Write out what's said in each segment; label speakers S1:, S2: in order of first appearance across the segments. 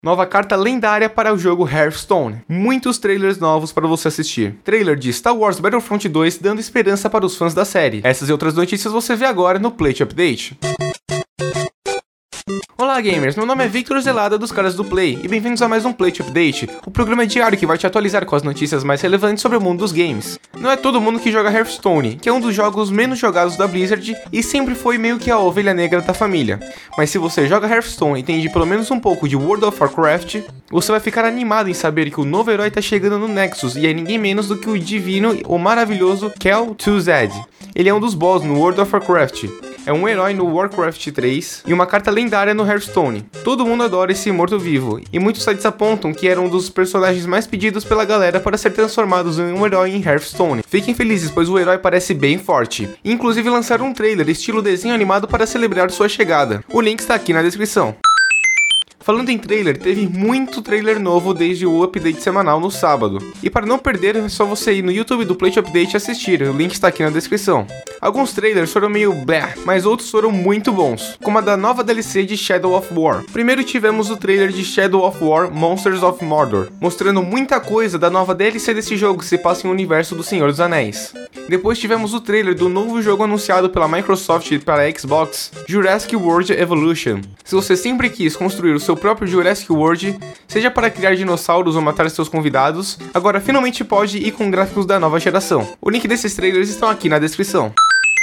S1: Nova carta lendária para o jogo Hearthstone. Muitos trailers novos para você assistir. Trailer de Star Wars Battlefront 2 dando esperança para os fãs da série. Essas e outras notícias você vê agora no Plate Update. Olá gamers, meu nome é Victor Zelada dos caras do Play e bem-vindos a mais um Plate Update, o programa diário que vai te atualizar com as notícias mais relevantes sobre o mundo dos games. Não é todo mundo que joga Hearthstone, que é um dos jogos menos jogados da Blizzard e sempre foi meio que a ovelha negra da família. Mas se você joga Hearthstone e entende pelo menos um pouco de World of Warcraft, você vai ficar animado em saber que o novo herói tá chegando no Nexus e é ninguém menos do que o divino ou maravilhoso Kel-2Z. Ele é um dos boss no World of Warcraft. É um herói no Warcraft 3 e uma carta lendária no Hearthstone. Todo mundo adora esse morto-vivo, e muitos sites apontam que era um dos personagens mais pedidos pela galera para ser transformados em um herói em Hearthstone. Fiquem felizes, pois o herói parece bem forte. Inclusive lançaram um trailer estilo desenho animado para celebrar sua chegada. O link está aqui na descrição. Falando em trailer, teve muito trailer novo desde o update semanal no sábado. E para não perder, é só você ir no YouTube do Plate Update e assistir, o link está aqui na descrição. Alguns trailers foram meio bleh, mas outros foram muito bons, como a da nova DLC de Shadow of War. Primeiro tivemos o trailer de Shadow of War Monsters of Mordor, mostrando muita coisa da nova DLC desse jogo que se passa em um universo do Senhor dos Anéis. Depois tivemos o trailer do novo jogo anunciado pela Microsoft para a Xbox, Jurassic World Evolution. Se você sempre quis construir o seu próprio Jurassic World, seja para criar dinossauros ou matar seus convidados, agora finalmente pode ir com gráficos da nova geração. O link desses trailers estão aqui na descrição.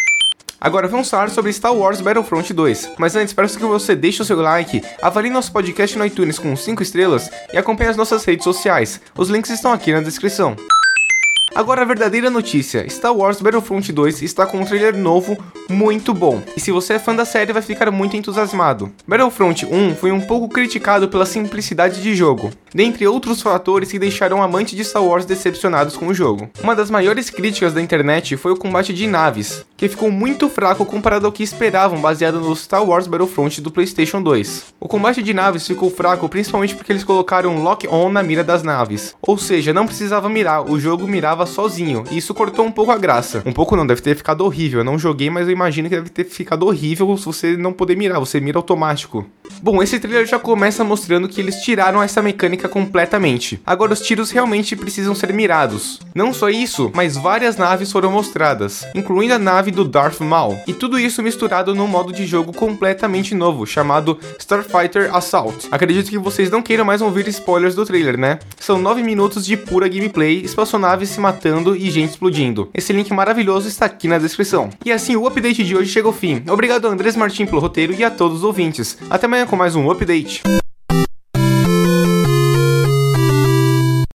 S1: Agora vamos falar sobre Star Wars Battlefront 2, mas antes peço que você deixe o seu like, avalie nosso podcast no iTunes com 5 estrelas e acompanhe as nossas redes sociais, os links estão aqui na descrição. Agora a verdadeira notícia, Star Wars Battlefront 2 está com um trailer novo muito bom, e se você é fã da série vai ficar muito entusiasmado. Battlefront 1 foi um pouco criticado pela simplicidade de jogo, dentre outros fatores que deixaram amantes de Star Wars decepcionados com o jogo. Uma das maiores críticas da internet foi o combate de naves, que ficou muito fraco comparado ao que esperavam baseado no Star Wars Battlefront do PlayStation 2. O combate de naves ficou fraco principalmente porque eles colocaram um lock-on na mira das naves, ou seja, não precisava mirar, o jogo mirava sozinho, e isso cortou um pouco a graça. Um pouco não, deve ter ficado horrível, eu não joguei, mas eu imagino que deve ter ficado horrível se você não poder mirar, você mira automático. Bom, esse trailer já começa mostrando que eles tiraram essa mecânica completamente. Agora os tiros realmente precisam ser mirados. Não só isso, mas várias naves foram mostradas, incluindo a nave do Darth Maul. E tudo isso misturado num modo de jogo completamente novo, chamado Starfighter Assault. Acredito que vocês não queiram mais ouvir spoilers do trailer, né? São 9 minutos de pura gameplay, espaçonaves se matando e gente explodindo. Esse link maravilhoso está aqui na descrição. E assim o update de hoje chega ao fim. Obrigado a Andrés Martins pelo roteiro e a todos os ouvintes. Até amanhã com mais um update.